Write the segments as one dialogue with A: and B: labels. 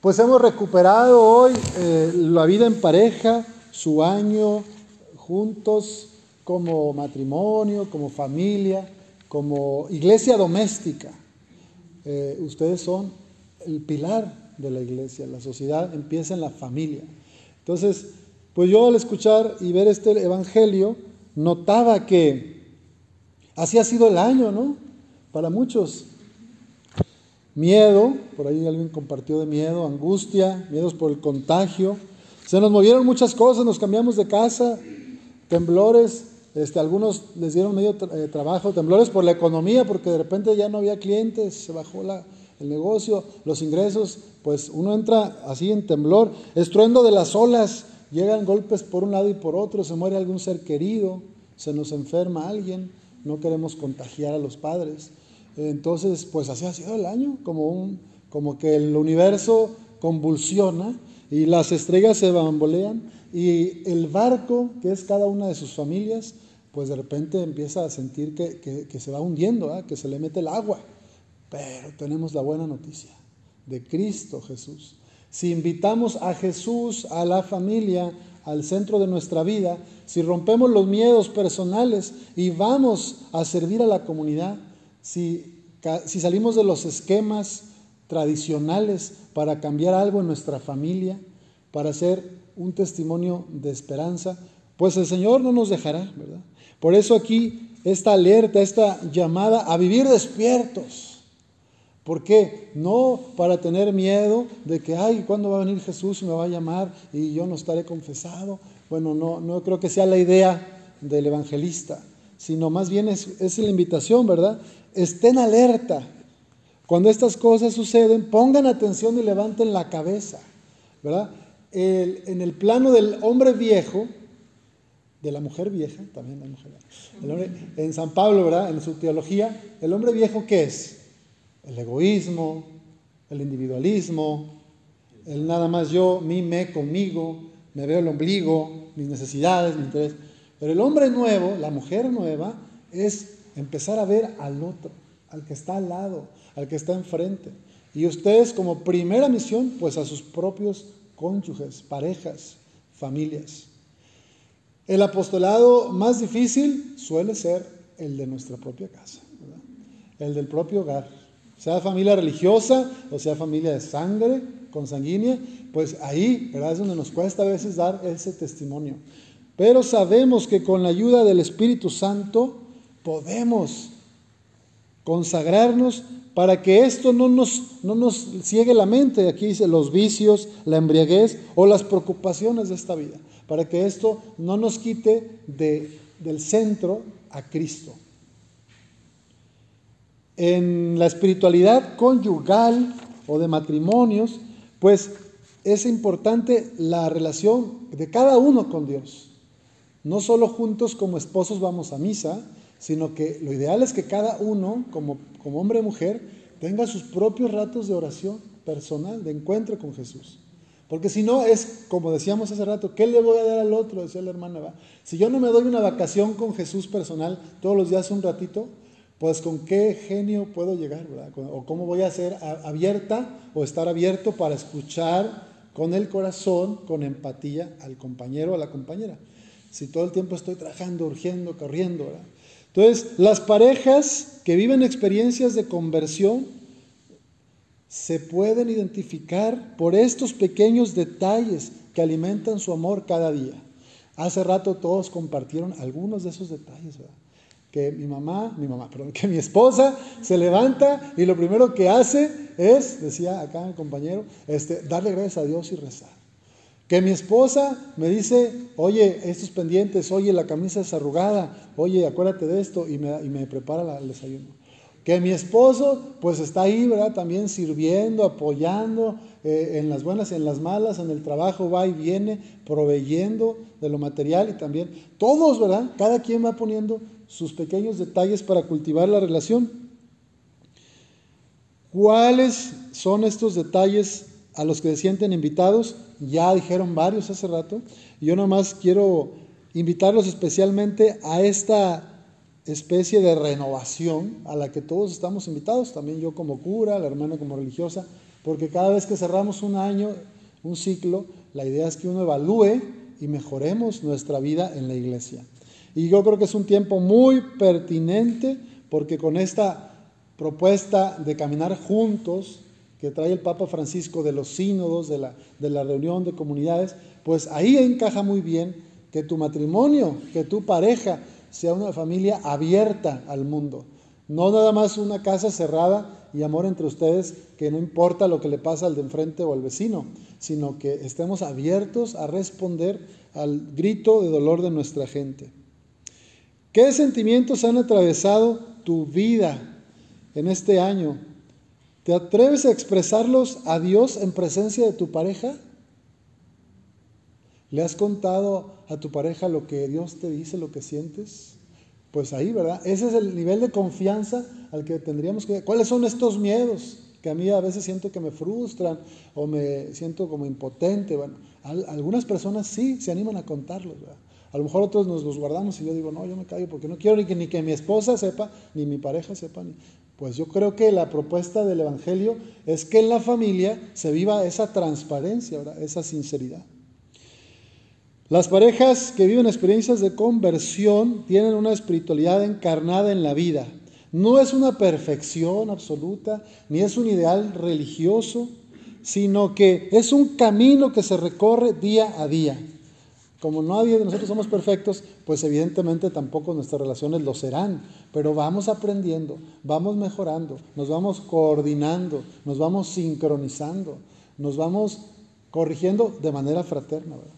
A: Pues hemos recuperado hoy la vida en pareja, su año juntos como matrimonio, como familia, como iglesia doméstica. Ustedes son el pilar de la iglesia, la sociedad empieza en la familia. Entonces, pues yo al escuchar y ver este evangelio, notaba que así ha sido el año, ¿no? Para muchos. Miedo, por ahí alguien compartió de miedo, angustia, miedos por el contagio. Se nos movieron muchas cosas, nos cambiamos de casa, temblores, algunos les dieron medio trabajo, temblores por la economía, porque de repente ya no había clientes, se bajó el negocio, los ingresos, pues uno entra así en temblor, estruendo de las olas, llegan golpes por un lado y por otro, se muere algún ser querido, se nos enferma alguien, no queremos contagiar a los padres. Entonces, pues así ha sido el año, como que el universo convulsiona y las estrellas se bambolean y el barco, que es cada una de sus familias, pues de repente empieza a sentir que se va hundiendo, que se le mete el agua. Pero tenemos la buena noticia de Cristo Jesús. Si invitamos a Jesús a la familia, al centro de nuestra vida, si rompemos los miedos personales y vamos a servir a la comunidad, si salimos de los esquemas tradicionales para cambiar algo en nuestra familia, para hacer un testimonio de esperanza, pues el Señor no nos dejará, ¿verdad? Por eso aquí esta alerta, esta llamada a vivir despiertos. ¿Por qué? No para tener miedo de que, ¿cuándo va a venir Jesús y me va a llamar y yo no estaré confesado? Bueno, no creo que sea la idea del evangelista, sino más bien es la invitación, ¿verdad? Estén alerta. Cuando estas cosas suceden, pongan atención y levanten la cabeza, ¿verdad? En el plano del hombre viejo, de la mujer vieja, también la mujer vieja, en San Pablo, ¿verdad? En su teología, el hombre viejo, ¿qué es? El egoísmo, el individualismo, el nada más yo, mí, me, conmigo, me veo el ombligo, mis necesidades, mi interés. Pero el hombre nuevo, la mujer nueva, es empezar a ver al otro, al que está al lado, al que está enfrente. Y ustedes como primera misión, pues a sus propios cónyuges, parejas, familias. El apostolado más difícil suele ser el de nuestra propia casa, ¿verdad? El del propio hogar. Sea familia religiosa o sea familia de sangre, consanguínea, pues ahí, ¿verdad? Es donde nos cuesta a veces dar ese testimonio. Pero sabemos que con la ayuda del Espíritu Santo podemos consagrarnos para que esto no nos ciegue la mente. Aquí dice los vicios, la embriaguez o las preocupaciones de esta vida. Para que esto no nos quite del centro a Cristo. En la espiritualidad conyugal o de matrimonios, pues es importante la relación de cada uno con Dios. No solo juntos como esposos vamos a misa, sino que lo ideal es que cada uno, como hombre y mujer, tenga sus propios ratos de oración personal, de encuentro con Jesús. Porque si no es, como decíamos hace rato, ¿qué le voy a dar al otro? Decía la hermana, ¿va? Si yo no me doy una vacación con Jesús personal todos los días un ratito, pues con qué genio puedo llegar, ¿verdad? O cómo voy a ser abierta o estar abierto para escuchar con el corazón, con empatía al compañero o a la compañera. Si todo el tiempo estoy trabajando, urgiendo, corriendo, ¿verdad? Entonces, las parejas que viven experiencias de conversión se pueden identificar por estos pequeños detalles que alimentan su amor cada día. Hace rato todos compartieron algunos de esos detalles, ¿verdad? Que que mi esposa se levanta y lo primero que hace es, decía acá el compañero, darle gracias a Dios y rezar. Que mi esposa me dice, oye, estos pendientes, oye, la camisa es arrugada, oye, acuérdate de esto, y me prepara el desayuno. Que mi esposo, pues está ahí, ¿verdad? También sirviendo, apoyando, en las buenas y en las malas, en el trabajo va y viene, proveyendo de lo material y también, todos, ¿verdad? Cada quien va poniendo sus pequeños detalles para cultivar la relación. ¿Cuáles son estos detalles a los que se sienten invitados? Ya dijeron varios hace rato. Y yo nomás quiero invitarlos especialmente a esta especie de renovación a la que todos estamos invitados, también yo como cura, la hermana como religiosa, porque cada vez que cerramos un año, un ciclo, la idea es que uno evalúe y mejoremos nuestra vida en la iglesia. Y yo creo que es un tiempo muy pertinente, porque con esta propuesta de caminar juntos que trae el Papa Francisco de los sínodos, de la reunión de comunidades, pues ahí encaja muy bien que tu matrimonio, que tu pareja sea una familia abierta al mundo. No nada más una casa cerrada y amor entre ustedes, que no importa lo que le pasa al de enfrente o al vecino, sino que estemos abiertos a responder al grito de dolor de nuestra gente. ¿Qué sentimientos han atravesado tu vida en este año? ¿Te atreves a expresarlos a Dios en presencia de tu pareja? ¿Le has contado a tu pareja lo que Dios te dice, lo que sientes? Pues ahí, ¿verdad? Ese es el nivel de confianza al que tendríamos que... ¿Cuáles son estos miedos que a mí a veces siento que me frustran o me siento como impotente? Bueno, algunas personas sí se animan a contarlos, ¿verdad? A lo mejor otros nos los guardamos y yo digo, no, yo me callo porque no quiero ni que mi esposa sepa, ni mi pareja sepa. Pues yo creo que la propuesta del Evangelio es que en la familia se viva esa transparencia, ¿verdad? Esa sinceridad. Las parejas que viven experiencias de conversión tienen una espiritualidad encarnada en la vida. No es una perfección absoluta, ni es un ideal religioso, sino que es un camino que se recorre día a día. Como nadie de nosotros somos perfectos, pues evidentemente tampoco nuestras relaciones lo serán, pero vamos aprendiendo, vamos mejorando, nos vamos coordinando, nos vamos sincronizando, nos vamos corrigiendo de manera fraterna, ¿verdad?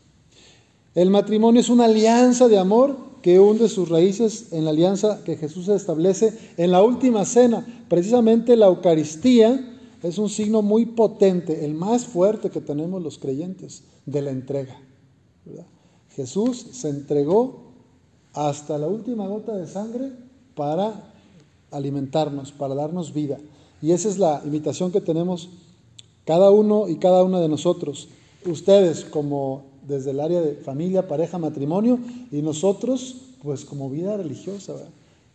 A: El matrimonio es una alianza de amor que hunde sus raíces en la alianza que Jesús establece en la última cena. Precisamente la Eucaristía es un signo muy potente, el más fuerte que tenemos los creyentes, de la entrega, ¿verdad? Jesús se entregó hasta la última gota de sangre para alimentarnos, para darnos vida. Y esa es la invitación que tenemos cada uno y cada una de nosotros. Ustedes como desde el área de familia, pareja, matrimonio, y nosotros pues como vida religiosa, ¿verdad?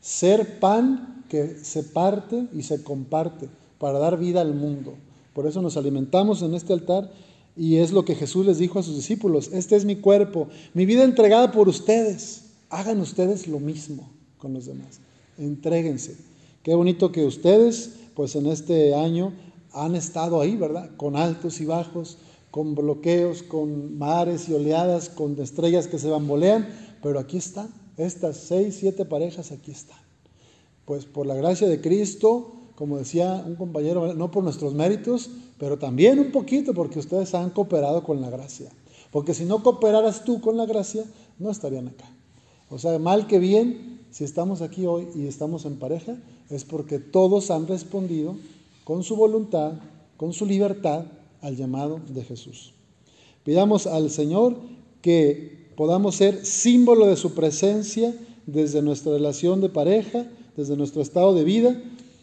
A: Ser pan que se parte y se comparte para dar vida al mundo. Por eso nos alimentamos en este altar. Y es lo que Jesús les dijo a sus discípulos: este es mi cuerpo, mi vida entregada por ustedes. Hagan ustedes lo mismo con los demás. Entréguense. Qué bonito que ustedes, pues en este año, han estado ahí, ¿verdad? Con altos y bajos, con bloqueos, con mares y oleadas, con estrellas que se bambolean, pero aquí están. Estas 6, 7 parejas aquí están. Pues por la gracia de Cristo, como decía un compañero, no por nuestros méritos, pero también un poquito porque ustedes han cooperado con la gracia. Porque si no cooperaras tú con la gracia, no estarían acá. O sea, mal que bien, si estamos aquí hoy y estamos en pareja, es porque todos han respondido con su voluntad, con su libertad, al llamado de Jesús. Pidamos al Señor que podamos ser símbolo de su presencia desde nuestra relación de pareja, desde nuestro estado de vida,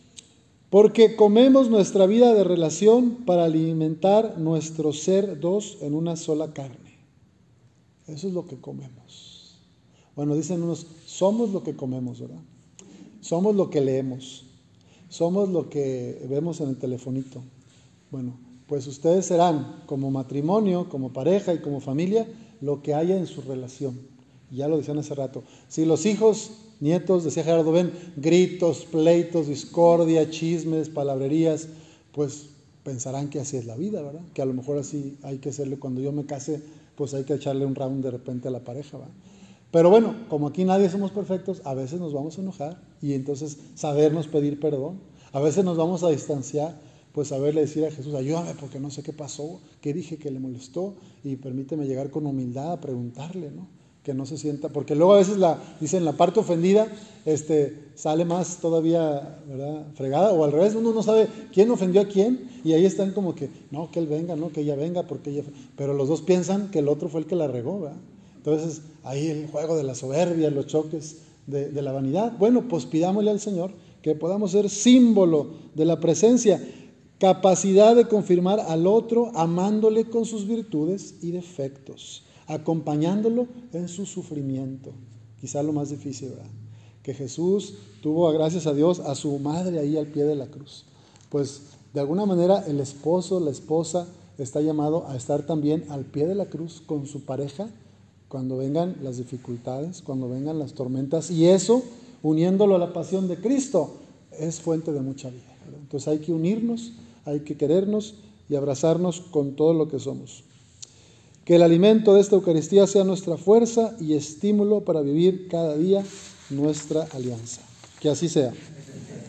A: porque comemos nuestra vida de relación para alimentar nuestro ser dos en una sola carne. Eso es lo que comemos. Bueno, dicen unos, somos lo que comemos, ¿verdad? Somos lo que leemos. Somos lo que vemos en el telefonito. Bueno, pues ustedes serán como matrimonio, como pareja y como familia lo que haya en su relación. Ya lo decían hace rato. Si los hijos, nietos, decía Gerardo, ven gritos, pleitos, discordia, chismes, palabrerías, pues pensarán que así es la vida, ¿verdad? Que a lo mejor así hay que hacerle cuando yo me case, pues hay que echarle un round de repente a la pareja, ¿verdad? Pero bueno, como aquí nadie somos perfectos, a veces nos vamos a enojar y entonces sabernos pedir perdón. A veces nos vamos a distanciar, pues saberle decir a Jesús, ayúdame porque no sé qué pasó, qué dije que le molestó y permíteme llegar con humildad a preguntarle, ¿no? Que no se sienta, porque luego a veces dicen la parte ofendida sale más todavía, ¿verdad?, fregada, o al revés, uno no sabe quién ofendió a quién, y ahí están como que, no, que él venga, no, que ella venga, porque ella, pero los dos piensan que el otro fue el que la regó, ¿verdad? Entonces, ahí el juego de la soberbia, los choques de la vanidad. Bueno, pues pidámosle al Señor que podamos ser símbolo de la presencia, capacidad de confirmar al otro, amándole con sus virtudes y defectos, acompañándolo en su sufrimiento. Quizá lo más difícil, ¿verdad? Que Jesús tuvo, gracias a Dios, a su madre ahí al pie de la cruz. Pues De alguna manera el esposo, la esposa está llamado a estar también al pie de la cruz con su pareja cuando vengan las dificultades, cuando vengan las tormentas, y eso, uniéndolo a la pasión de Cristo, es fuente de mucha vida, ¿verdad? Entonces hay que unirnos, hay que querernos y abrazarnos con todo lo que somos. Que el alimento de esta Eucaristía sea nuestra fuerza y estímulo para vivir cada día nuestra alianza. Que así sea.